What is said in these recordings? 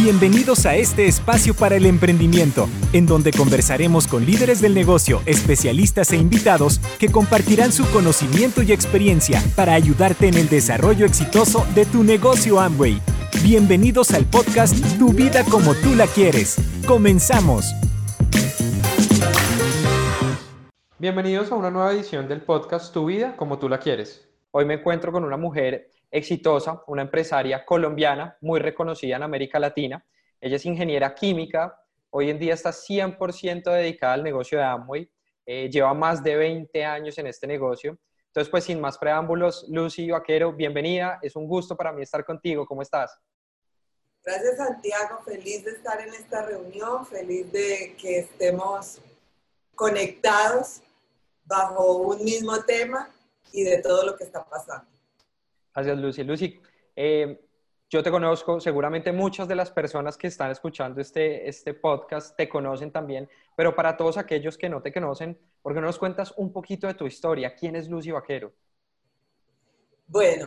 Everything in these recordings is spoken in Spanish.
Bienvenidos a este espacio para el emprendimiento, en donde conversaremos con líderes del negocio, especialistas e invitados que compartirán su conocimiento y experiencia para ayudarte en el desarrollo exitoso de tu negocio Amway. Bienvenidos al podcast Tu Vida Como Tú La Quieres. ¡Comenzamos! Bienvenidos a una nueva edición del podcast Tu Vida Como Tú La Quieres. Hoy me encuentro con una mujer exitosa, una empresaria colombiana muy reconocida en América Latina. Ella es ingeniera química, hoy en día está 100% dedicada al negocio de Amway, lleva más de 20 años en este negocio. Entonces, pues sin más preámbulos, Lucy Vaquero, bienvenida, es un gusto para mí estar contigo, ¿cómo estás? Gracias, Santiago, feliz de estar en esta reunión, feliz de que estemos conectados bajo un mismo tema y de todo lo que está pasando. Gracias, Lucy. Lucy, yo te conozco, seguramente muchas de las personas que están escuchando este podcast te conocen también, pero para todos aquellos que no te conocen, ¿por qué no nos cuentas un poquito de tu historia? ¿Quién es Lucy Vaquero? Bueno,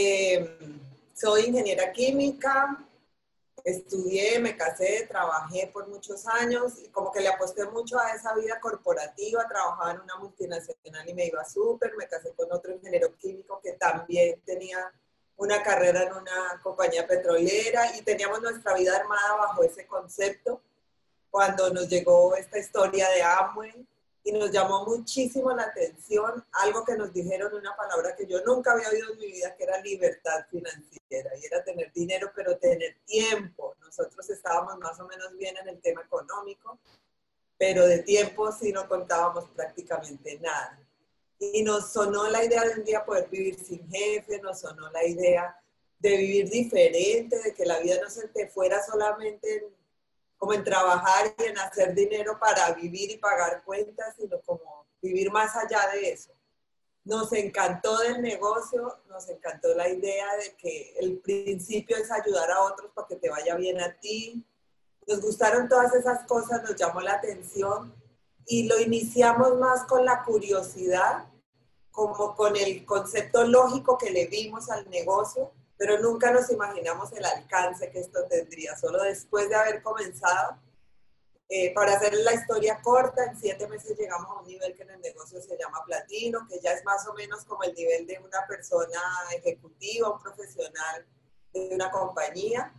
soy ingeniera química, estudié, me casé, trabajé por muchos años y como que le aposté mucho a esa vida corporativa, trabajaba en una multinacional y me iba súper, me casé con otro ingeniero químico que también tenía una carrera en una compañía petrolera y teníamos nuestra vida armada bajo ese concepto cuando nos llegó esta historia de Amway y nos llamó muchísimo la atención algo que nos dijeron, una palabra que yo nunca había oído en mi vida, que era libertad financiera, y era tener dinero, pero tener tiempo. Nosotros estábamos más o menos bien en el tema económico, pero de tiempo sí no contábamos prácticamente nada. Y nos sonó la idea de un día poder vivir sin jefe, nos sonó la idea de vivir diferente, de que la vida no se te fuera solamente como en trabajar y en hacer dinero para vivir y pagar cuentas, sino como vivir más allá de eso. Nos encantó del negocio, nos encantó la idea de que el principio es ayudar a otros para que te vaya bien a ti. Nos gustaron todas esas cosas, nos llamó la atención y lo iniciamos más con la curiosidad, como con el concepto lógico que le vimos al negocio, pero nunca nos imaginamos el alcance que esto tendría. Solo después de haber comenzado, para hacer la historia corta, en 7 meses llegamos a un nivel que en el negocio se llama platino, que ya es más o menos como el nivel de una persona ejecutiva, un profesional de una compañía.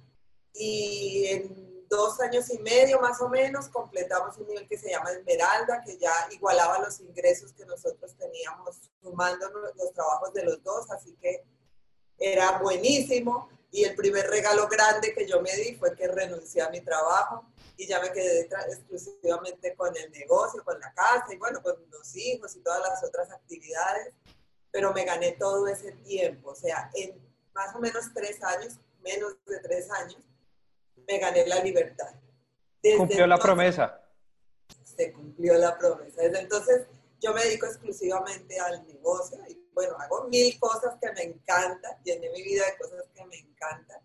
Y en 2 años y medio más o menos completamos un nivel que se llama esmeralda, que ya igualaba los ingresos que nosotros teníamos sumando los trabajos de los dos, así que era buenísimo. Y el primer regalo grande que yo me di fue que renuncié a mi trabajo y ya me quedé exclusivamente con el negocio, con la casa y bueno, con los hijos y todas las otras actividades, pero me gané todo ese tiempo, o sea, en más o menos 3 años, menos de 3 años, me gané la libertad. ¿Cumplió la promesa? Se cumplió la promesa. Desde entonces yo me dedico exclusivamente al negocio y bueno, hago 1000 cosas que me encantan, llené mi vida de cosas que me encantan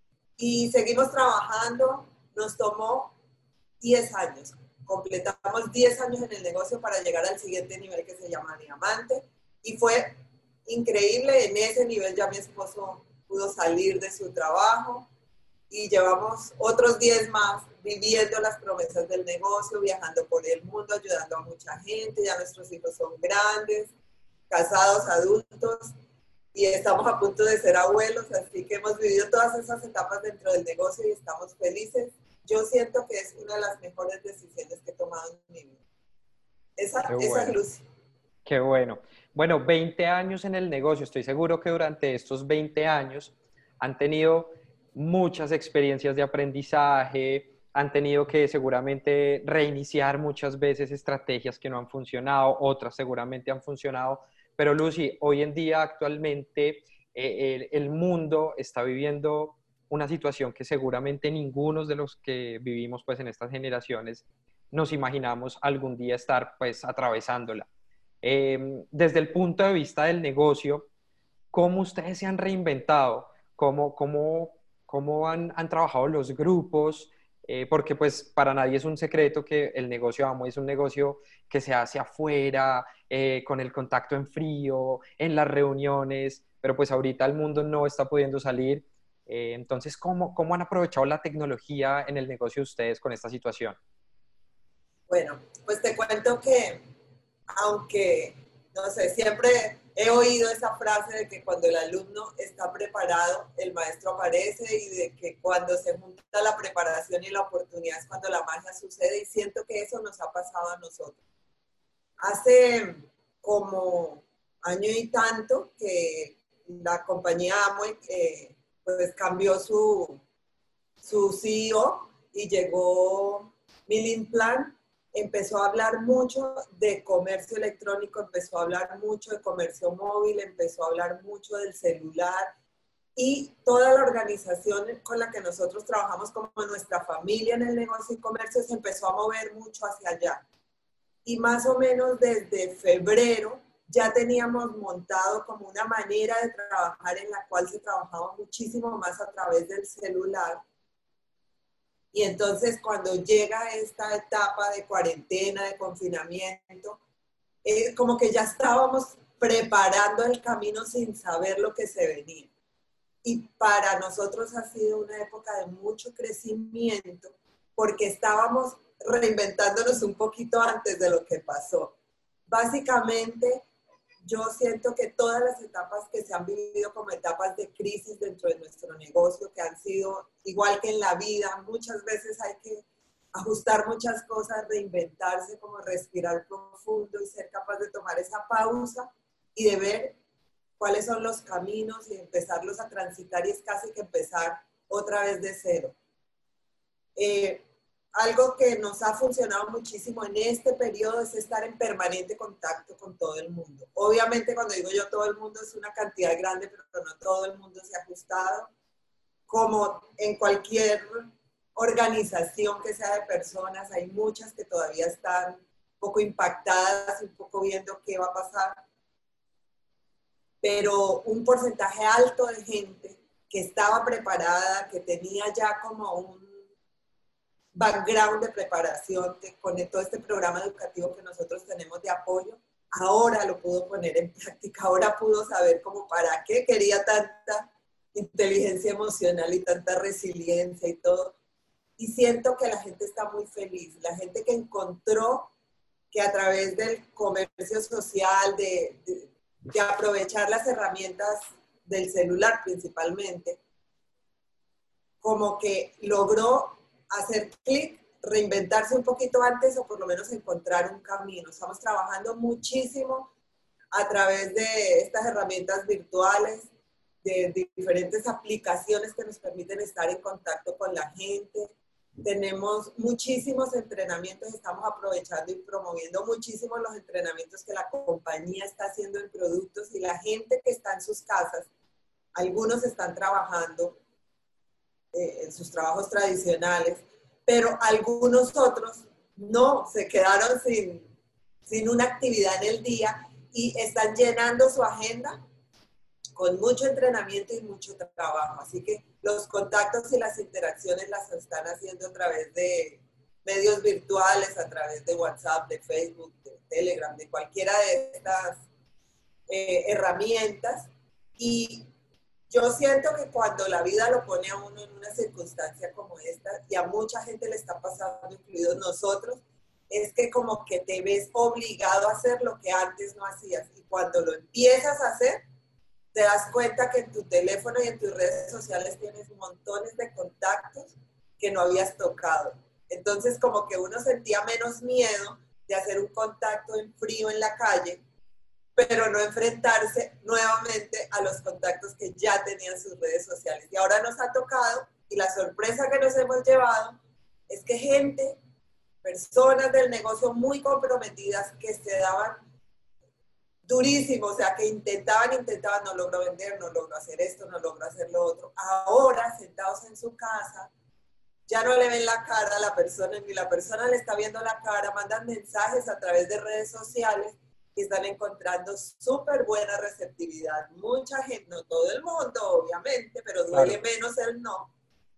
y seguimos trabajando. Nos tomó 10 años, completamos 10 años en el negocio para llegar al siguiente nivel que se llama diamante y fue increíble. En ese nivel ya mi esposo pudo salir de su trabajo y llevamos otros 10 más viviendo las promesas del negocio, viajando por el mundo, ayudando a mucha gente. Ya nuestros hijos son grandes, casados, adultos, y estamos a punto de ser abuelos, así que hemos vivido todas esas etapas dentro del negocio y estamos felices. Yo siento que es una de las mejores decisiones que he tomado en mi vida. Esa es Lucy. Qué bueno. Bueno, 20 años en el negocio. Estoy seguro que durante estos 20 años han tenido muchas experiencias de aprendizaje, han tenido que seguramente reiniciar muchas veces estrategias que no han funcionado, otras seguramente han funcionado. Pero Lucy, hoy en día actualmente el mundo está viviendo una situación que seguramente ninguno de los que vivimos pues en estas generaciones nos imaginamos algún día estar pues atravesándola. Desde el punto de vista del negocio, ¿cómo ustedes se han reinventado? ¿Cómo han trabajado los grupos? Porque pues para nadie es un secreto que el negocio Amway es un negocio que se hace afuera, con el contacto en frío, en las reuniones, pero pues ahorita el mundo no está pudiendo salir. Entonces, ¿cómo han aprovechado la tecnología en el negocio de ustedes con esta situación? Bueno, pues te cuento que, aunque, no sé, siempre he oído esa frase de que cuando el alumno está preparado, el maestro aparece, y de que cuando se junta la preparación y la oportunidad es cuando la magia sucede, y siento que eso nos ha pasado a nosotros. Hace como año y tanto que la compañía Amway pues cambió su CEO y llegó Milling Plan. Empezó a hablar mucho de comercio electrónico, empezó a hablar mucho de comercio móvil, empezó a hablar mucho del celular, y toda la organización con la que nosotros trabajamos como nuestra familia en el negocio y comercio se empezó a mover mucho hacia allá. Y más o menos desde febrero ya teníamos montado como una manera de trabajar en la cual se trabajaba muchísimo más a través del celular. Y entonces cuando llega esta etapa de cuarentena, de confinamiento, como que ya estábamos preparando el camino sin saber lo que se venía. Y para nosotros ha sido una época de mucho crecimiento porque estábamos reinventándonos un poquito antes de lo que pasó. Básicamente, yo siento que todas las etapas que se han vivido como etapas de crisis dentro de nuestro negocio, que han sido igual que en la vida, muchas veces hay que ajustar muchas cosas, reinventarse, como respirar profundo y ser capaz de tomar esa pausa y de ver cuáles son los caminos y empezarlos a transitar, y es casi que empezar otra vez de cero. Algo que nos ha funcionado muchísimo en este periodo es estar en permanente contacto con todo el mundo. Obviamente cuando digo yo todo el mundo es una cantidad grande, pero no todo el mundo se ha ajustado. Como en cualquier organización que sea de personas, hay muchas que todavía están un poco impactadas, un poco viendo qué va a pasar, pero un porcentaje alto de gente que estaba preparada, que tenía ya como un background de preparación, que con todo este programa educativo que nosotros tenemos de apoyo, ahora lo pudo poner en práctica, ahora pudo saber como para qué quería tanta inteligencia emocional y tanta resiliencia y todo. Y siento que la gente está muy feliz, la gente que encontró que a través del comercio social, de aprovechar las herramientas del celular principalmente, como que logró hacer clic, reinventarse un poquito antes, o por lo menos encontrar un camino. Estamos trabajando muchísimo a través de estas herramientas virtuales, de diferentes aplicaciones que nos permiten estar en contacto con la gente. Tenemos muchísimos entrenamientos, estamos aprovechando y promoviendo muchísimo los entrenamientos que la compañía está haciendo en productos, y la gente que está en sus casas, algunos están trabajando en sus trabajos tradicionales, pero algunos otros no, se quedaron sin una actividad en el día y están llenando su agenda con mucho entrenamiento y mucho trabajo. Así que los contactos y las interacciones las están haciendo a través de medios virtuales, a través de WhatsApp, de Facebook, de Telegram, de cualquiera de estas herramientas. Y yo siento que cuando la vida lo pone a uno en una circunstancia como esta, y a mucha gente le está pasando, incluidos nosotros, es que como que te ves obligado a hacer lo que antes no hacías. Y cuando lo empiezas a hacer, te das cuenta que en tu teléfono y en tus redes sociales tienes montones de contactos que no habías tocado. Entonces como que uno sentía menos miedo de hacer un contacto en frío en la calle, pero no enfrentarse nuevamente a los contactos que ya tenían sus redes sociales. Y ahora nos ha tocado, y la sorpresa que nos hemos llevado es que gente, personas del negocio muy comprometidas, que se daban durísimo, o sea, que intentaban, no logro vender, no logro hacer esto, no logro hacer lo otro. Ahora, sentados en su casa, ya no le ven la cara a la persona, ni la persona le está viendo la cara, mandan mensajes a través de redes sociales y están encontrando súper buena receptividad. Mucha gente, no todo el mundo, obviamente, pero duele menos el no.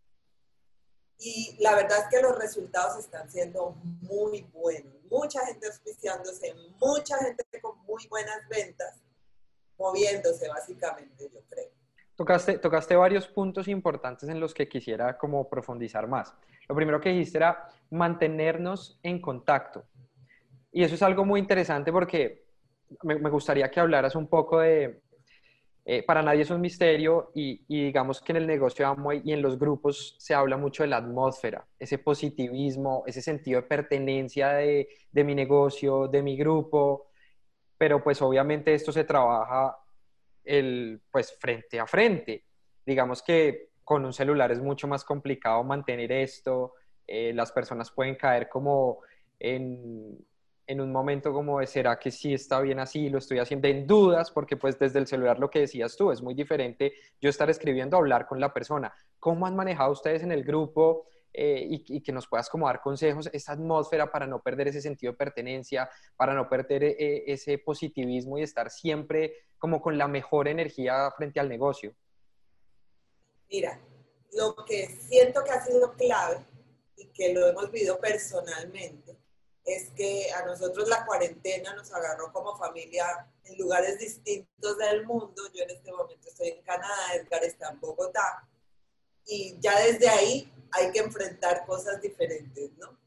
Y la verdad es que los resultados están siendo muy buenos. Mucha gente auspiciándose, mucha gente con muy buenas ventas, moviéndose básicamente, yo creo. Tocaste varios puntos importantes en los que quisiera como profundizar más. Lo primero que dijiste era mantenernos en contacto. Y eso es algo muy interesante porque me gustaría que hablaras un poco de, para nadie es un misterio y digamos que en el negocio de Amway y en los grupos se habla mucho de la atmósfera, ese positivismo, ese sentido de pertenencia de mi negocio, de mi grupo, pero pues obviamente esto se trabaja pues frente a frente. Digamos que con un celular es mucho más complicado mantener esto, las personas pueden caer como en, en un momento como de, ¿será que sí está bien así? Lo estoy haciendo en dudas, porque pues desde el celular lo que decías tú, es muy diferente yo estar escribiendo a hablar con la persona. ¿Cómo han manejado ustedes en el grupo? Y que nos puedas como dar consejos, esa atmósfera para no perder ese sentido de pertenencia, para no perder ese positivismo y estar siempre como con la mejor energía frente al negocio. Mira, lo que siento que ha sido clave y que lo hemos vivido personalmente es que a nosotros la cuarentena nos agarró como familia en lugares distintos del mundo. Yo en este momento estoy en Canadá, Edgar está en Bogotá, y ya desde ahí hay que enfrentar cosas diferentes, ¿no?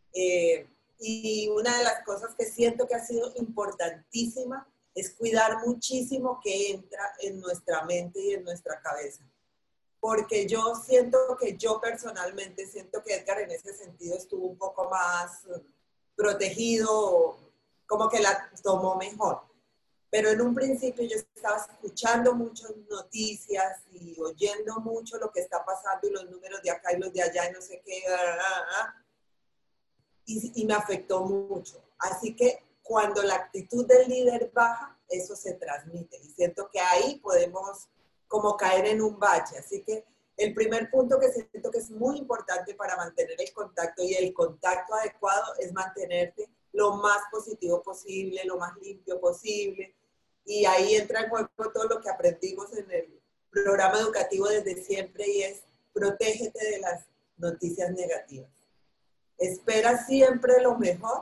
Y una de las cosas que siento que ha sido importantísima es cuidar muchísimo que entra en nuestra mente y en nuestra cabeza. Porque yo siento que yo personalmente siento que Edgar en ese sentido estuvo un poco más protegido, como que la tomó mejor. Pero en un principio yo estaba escuchando muchas noticias y oyendo mucho lo que está pasando y los números de acá y los de allá y no sé qué, y me afectó mucho. Así que cuando la actitud del líder baja, eso se transmite y siento que ahí podemos como caer en un bache. Así que el primer punto que siento que es muy importante para mantener el contacto y el contacto adecuado es mantenerte lo más positivo posible, lo más limpio posible. Y ahí entra en juego todo lo que aprendimos en el programa educativo desde siempre y es protégete de las noticias negativas. Espera siempre lo mejor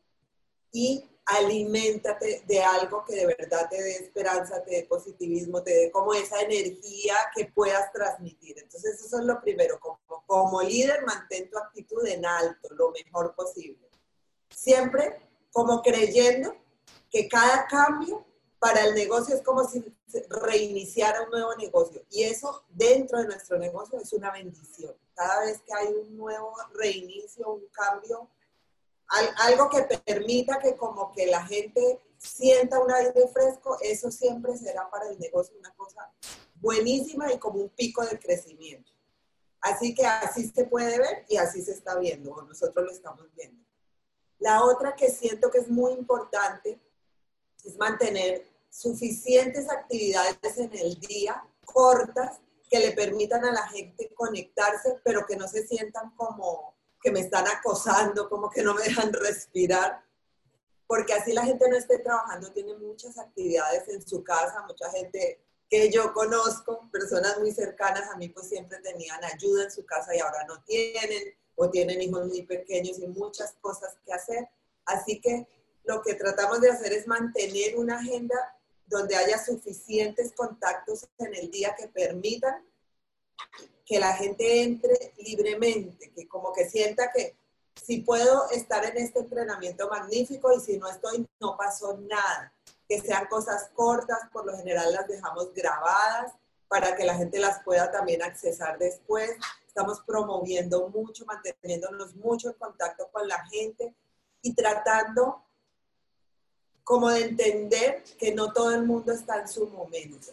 y aliméntate de algo que de verdad te dé esperanza, te dé positivismo, te dé como esa energía que puedas transmitir. Entonces eso es lo primero, como líder mantén tu actitud en alto, lo mejor posible. Siempre como creyendo que cada cambio para el negocio es como si reiniciara un nuevo negocio. Y eso dentro de nuestro negocio es una bendición. Cada vez que hay un nuevo reinicio, un cambio, algo que permita que como que la gente sienta un aire fresco, eso siempre será para el negocio una cosa buenísima y como un pico de crecimiento. Así que así se puede ver y así se está viendo, o nosotros lo estamos viendo. La otra que siento que es muy importante es mantener suficientes actividades en el día, cortas, que le permitan a la gente conectarse, pero que no se sientan como que me están acosando, como que no me dejan respirar, porque así la gente no esté trabajando, tiene muchas actividades en su casa, mucha gente que yo conozco, personas muy cercanas a mí, pues siempre tenían ayuda en su casa y ahora no tienen, o tienen hijos muy pequeños y muchas cosas que hacer. Así que lo que tratamos de hacer es mantener una agenda donde haya suficientes contactos en el día que permitan que la gente entre libremente, que como que sienta que si puedo estar en este entrenamiento magnífico y si no estoy, no pasó nada. Que sean cosas cortas, por lo general las dejamos grabadas para que la gente las pueda también accesar después. Estamos promoviendo mucho, manteniéndonos mucho en contacto con la gente y tratando como de entender que no todo el mundo está en su momento.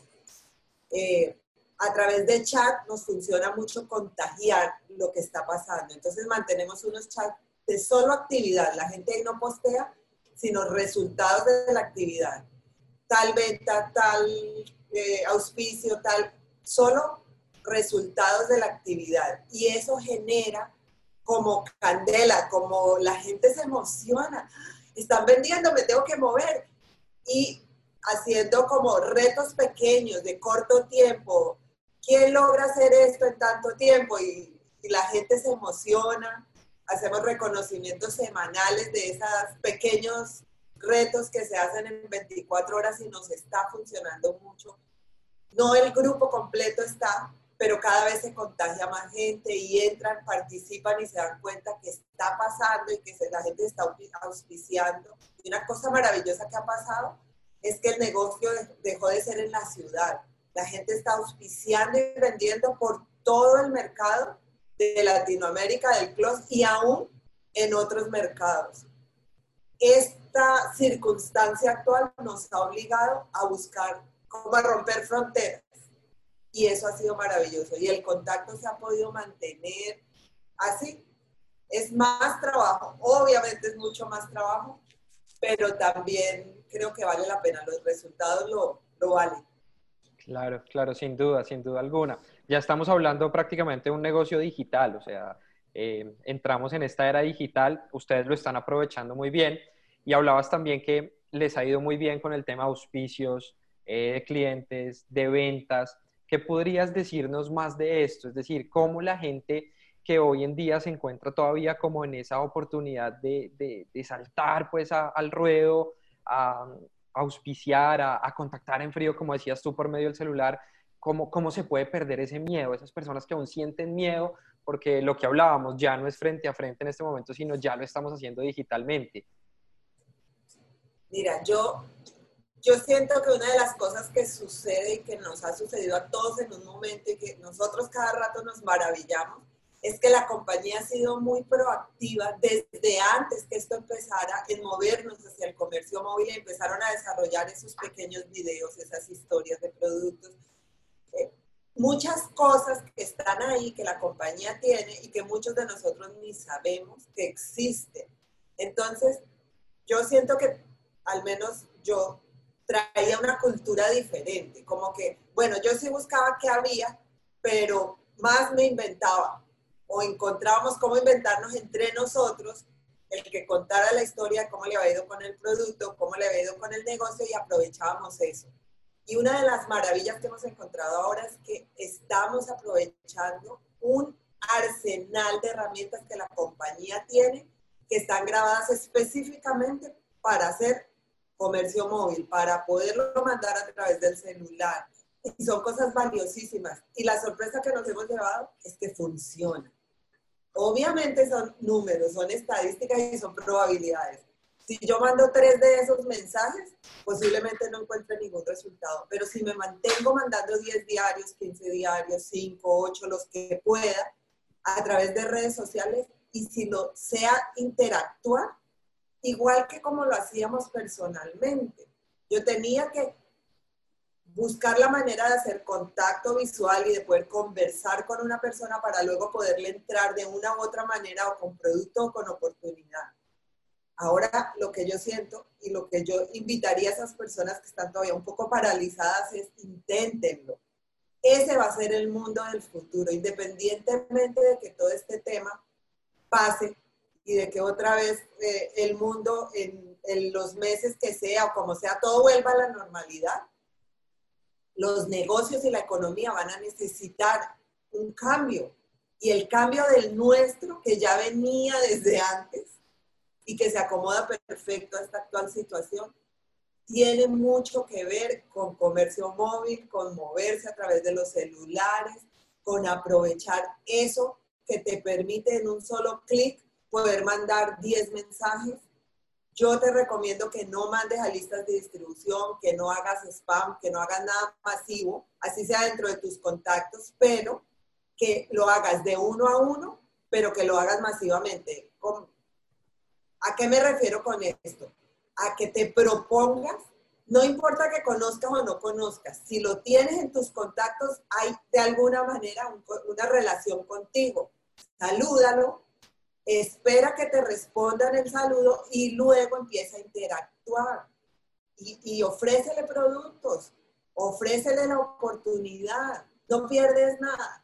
A través de chat nos funciona mucho contagiar lo que está pasando. Entonces mantenemos unos chats de solo actividad. La gente ahí no postea, sino resultados de la actividad. Tal venta, tal auspicio, tal, solo resultados de la actividad. Y eso genera como candela, como la gente se emociona. Están vendiendo, me tengo que mover. Y haciendo como retos pequeños de corto tiempo. ¿Quién logra hacer esto en tanto tiempo? Y la gente se emociona. Hacemos reconocimientos semanales de esos pequeños retos que se hacen en 24 horas y nos está funcionando mucho. no el grupo completo está, pero cada vez se contagia más gente y entran, participan y se dan cuenta que está pasando y que la gente está auspiciando. Y una cosa maravillosa que ha pasado es que el negocio dejó de ser en la ciudad. La gente está auspiciando y vendiendo por todo el mercado de Latinoamérica, del close y aún en otros mercados. Esta circunstancia actual nos ha obligado a buscar cómo romper fronteras. Y eso ha sido maravilloso. Y el contacto se ha podido mantener así. Es más trabajo, obviamente es mucho más trabajo, pero también creo que vale la pena. Los resultados lo valen. Claro, claro, sin duda alguna. Ya estamos hablando prácticamente de un negocio digital, o sea, entramos en esta era digital, ustedes lo están aprovechando muy bien y hablabas también que les ha ido muy bien con el tema de auspicios, de clientes, de ventas. ¿Qué podrías decirnos más de esto? Es decir, cómo la gente que hoy en día se encuentra todavía como en esa oportunidad de saltar pues al ruedo, a auspiciar, a contactar en frío, como decías tú, por medio del celular, cómo se puede perder ese miedo, esas personas que aún sienten miedo, porque lo que hablábamos ya no es frente a frente en este momento, sino ya lo estamos haciendo digitalmente. Mira, yo siento que una de las cosas que sucede y que nos ha sucedido a todos en un momento y que nosotros cada rato nos maravillamos, es que la compañía ha sido muy proactiva desde antes que esto empezara en movernos hacia el comercio móvil y empezaron a desarrollar esos pequeños videos, esas historias de productos. Muchas cosas que están ahí, que la compañía tiene y que muchos de nosotros ni sabemos que existen. Entonces, yo siento que al menos yo traía una cultura diferente, como que, bueno, yo sí buscaba qué había, pero más me inventaba o encontrábamos cómo inventarnos entre nosotros el que contara la historia, cómo le había ido con el producto, cómo le había ido con el negocio y aprovechábamos eso. Y una de las maravillas que hemos encontrado ahora es que estamos aprovechando un arsenal de herramientas que la compañía tiene que están grabadas específicamente para hacer comercio móvil, para poderlo mandar a través del celular. Y son cosas valiosísimas. Y la sorpresa que nos hemos llevado es que funciona. Obviamente son números, son estadísticas y son probabilidades. Si yo mando 3 de esos mensajes, posiblemente no encuentre ningún resultado. Pero si me mantengo mandando 10 diarios, 15 diarios, 5, 8, los que pueda, a través de redes sociales, y si lo sea interactuar, igual que como lo hacíamos personalmente. Yo tenía que buscar la manera de hacer contacto visual y de poder conversar con una persona para luego poderle entrar de una u otra manera o con producto o con oportunidad. Ahora lo que yo siento y lo que yo invitaría a esas personas que están todavía un poco paralizadas es inténtenlo. Ese va a ser el mundo del futuro, independientemente de que todo este tema pase y de que otra vez el mundo en los meses que sea o como sea, todo vuelva a la normalidad. Los negocios y la economía van a necesitar un cambio. Y el cambio del nuestro, que ya venía desde antes y que se acomoda perfecto a esta actual situación, tiene mucho que ver con comercio móvil, con moverse a través de los celulares, con aprovechar eso que te permite en un solo clic poder mandar 10 mensajes. Yo te recomiendo que no mandes a listas de distribución, que no hagas spam, que no hagas nada masivo, así sea dentro de tus contactos, pero que lo hagas de uno a uno, pero que lo hagas masivamente. ¿A qué me refiero con esto? A que te propongas, no importa que conozcas o no conozcas, si lo tienes en tus contactos, hay de alguna manera una relación contigo. Salúdalo, espera que te respondan el saludo y luego empieza a interactuar. Y ofrécele productos, ofrécele la oportunidad, no pierdes nada.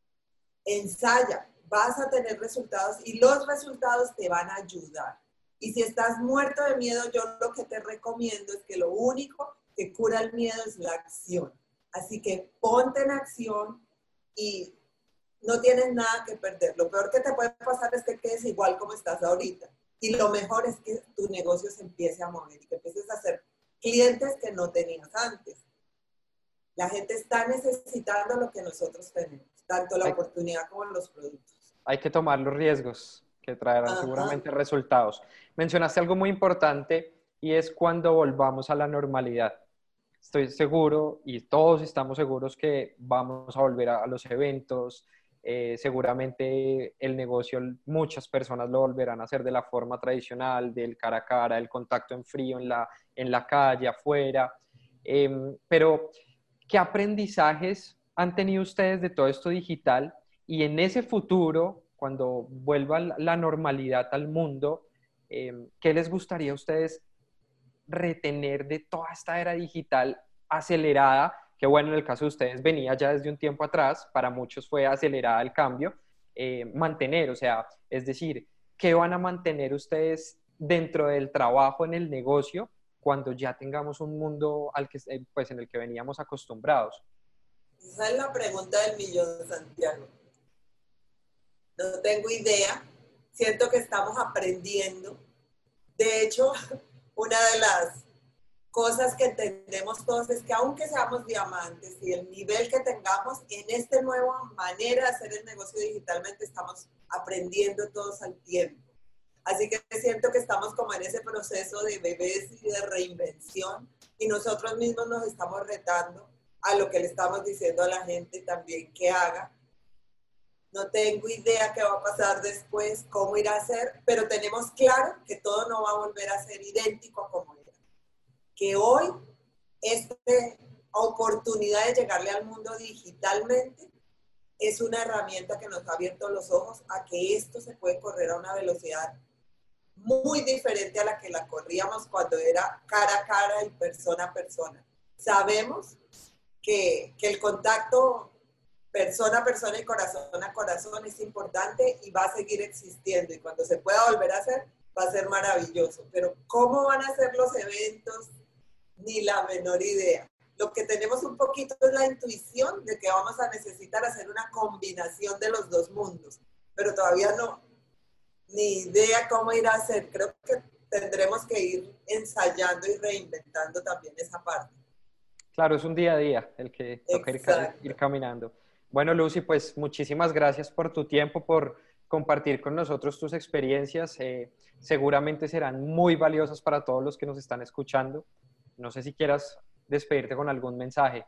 Ensaya, vas a tener resultados y los resultados te van a ayudar. Y si estás muerto de miedo, yo lo que te recomiendo es que lo único que cura el miedo es la acción. Así que ponte en acción y no tienes nada que perder. Lo peor que te puede pasar es que quedes igual como estás ahorita. Y lo mejor es que tu negocio se empiece a mover y que empieces a hacer clientes que no tenías antes. La gente está necesitando lo que nosotros tenemos, tanto la oportunidad como los productos. Hay que tomar los riesgos que traerán seguramente resultados. Mencionaste algo muy importante y es cuando volvamos a la normalidad. Estoy seguro y todos estamos seguros que vamos a volver a los eventos. Seguramente el negocio, muchas personas lo volverán a hacer de la forma tradicional, del cara a cara, el contacto en frío, en la calle, afuera. Pero, ¿qué aprendizajes han tenido ustedes de todo esto digital? Y en ese futuro, cuando vuelva la normalidad al mundo, ¿qué les gustaría a ustedes retener de toda esta era digital acelerada? Que bueno, en el caso de ustedes venía ya desde un tiempo atrás, para muchos fue acelerada el cambio, mantener, o sea, es decir, ¿qué van a mantener ustedes dentro del trabajo en el negocio cuando ya tengamos un mundo pues, en el que veníamos acostumbrados? Esa es la pregunta del millón, Santiago. No tengo idea. Siento que estamos aprendiendo. De hecho, una de las cosas que entendemos todos es que aunque seamos diamantes y el nivel que tengamos, en esta nueva manera de hacer el negocio digitalmente estamos aprendiendo todos al tiempo. Así que siento que estamos como en ese proceso de bebés y de reinvención y nosotros mismos nos estamos retando a lo que le estamos diciendo a la gente también que haga. No tengo idea qué va a pasar después, cómo irá a ser, pero tenemos claro que todo no va a volver a ser idéntico a como era. Que hoy esta oportunidad de llegarle al mundo digitalmente es una herramienta que nos ha abierto los ojos a que esto se puede correr a una velocidad muy diferente a la que la corríamos cuando era cara a cara y persona a persona. Sabemos que el contacto persona a persona y corazón a corazón es importante y va a seguir existiendo, y cuando se pueda volver a hacer va a ser maravilloso, pero cómo van a ser los eventos, ni la menor idea. Lo que tenemos un poquito es la intuición de que vamos a necesitar hacer una combinación de los dos mundos, pero todavía no, ni idea cómo irá a ser. Creo que tendremos que ir ensayando y reinventando también esa parte. Claro, es un día a día el que toca ir caminando. Bueno, Lucy, pues muchísimas gracias por tu tiempo, por compartir con nosotros tus experiencias. Seguramente serán muy valiosas para todos los que nos están escuchando. No sé si quieras despedirte con algún mensaje.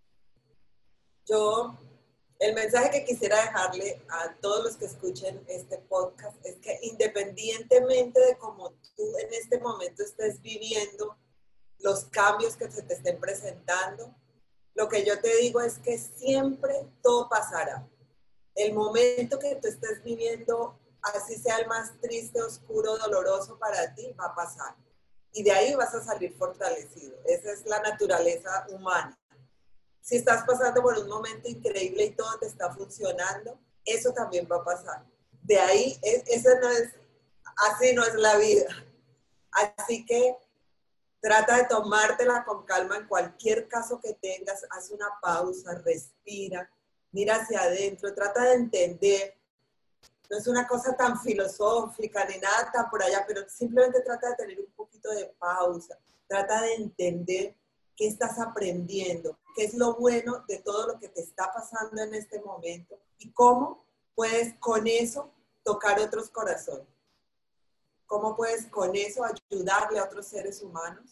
El mensaje que quisiera dejarle a todos los que escuchen este podcast es que independientemente de cómo tú en este momento estés viviendo los cambios que se te estén presentando, lo que yo te digo es que siempre todo pasará. El momento que tú estés viviendo, así sea el más triste, oscuro, doloroso para ti, va a pasar. Y de ahí vas a salir fortalecido. Esa es la naturaleza humana. Si estás pasando por un momento increíble y todo te está funcionando, eso también va a pasar. De ahí, así no es la vida. Así que trata de tomártela con calma en cualquier caso que tengas. Haz una pausa, respira, mira hacia adentro, trata de entender. No es una cosa tan filosófica ni nada tan por allá, pero simplemente trata de tener un poquito de pausa. Trata de entender qué estás aprendiendo, qué es lo bueno de todo lo que te está pasando en este momento y cómo puedes con eso tocar otros corazones. ¿Cómo puedes con eso ayudarle a otros seres humanos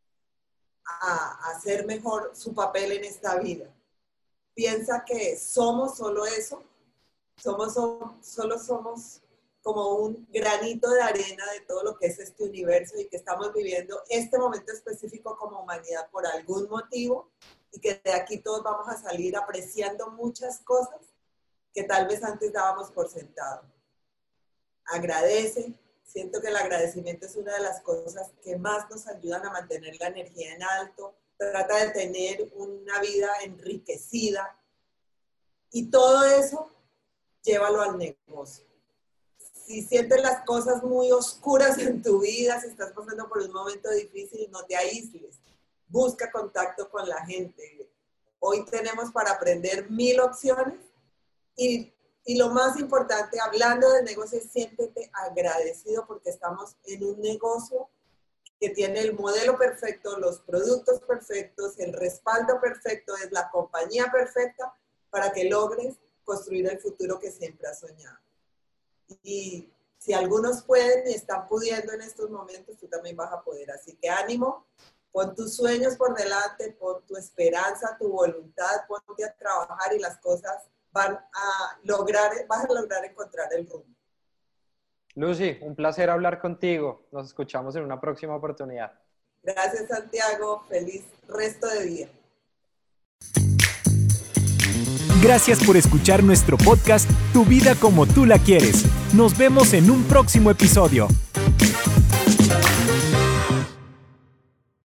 a hacer mejor su papel en esta vida? Piensa que somos solo eso, solo somos como un granito de arena de todo lo que es este universo y que estamos viviendo este momento específico como humanidad por algún motivo y que de aquí todos vamos a salir apreciando muchas cosas que tal vez antes dábamos por sentado. Agradece. Siento que el agradecimiento es una de las cosas que más nos ayudan a mantener la energía en alto. Trata de tener una vida enriquecida y todo eso llévalo al negocio. Si sientes las cosas muy oscuras en tu vida, si estás pasando por un momento difícil, no te aísles. Busca contacto con la gente. Hoy tenemos para aprender 1000 opciones y lo más importante, hablando de negocios, siéntete agradecido porque estamos en un negocio que tiene el modelo perfecto, los productos perfectos, el respaldo perfecto, es la compañía perfecta para que logres construir el futuro que siempre has soñado. Y si algunos pueden y están pudiendo en estos momentos, tú también vas a poder. Así que ánimo, pon tus sueños por delante, pon tu esperanza, tu voluntad, ponte a trabajar y las cosas vas a lograr encontrar el rumbo. Lucy, un placer hablar contigo. Nos escuchamos en una próxima oportunidad. Gracias, Santiago. Feliz resto de día. Gracias por escuchar nuestro podcast Tu vida como tú la quieres. Nos vemos en un próximo episodio.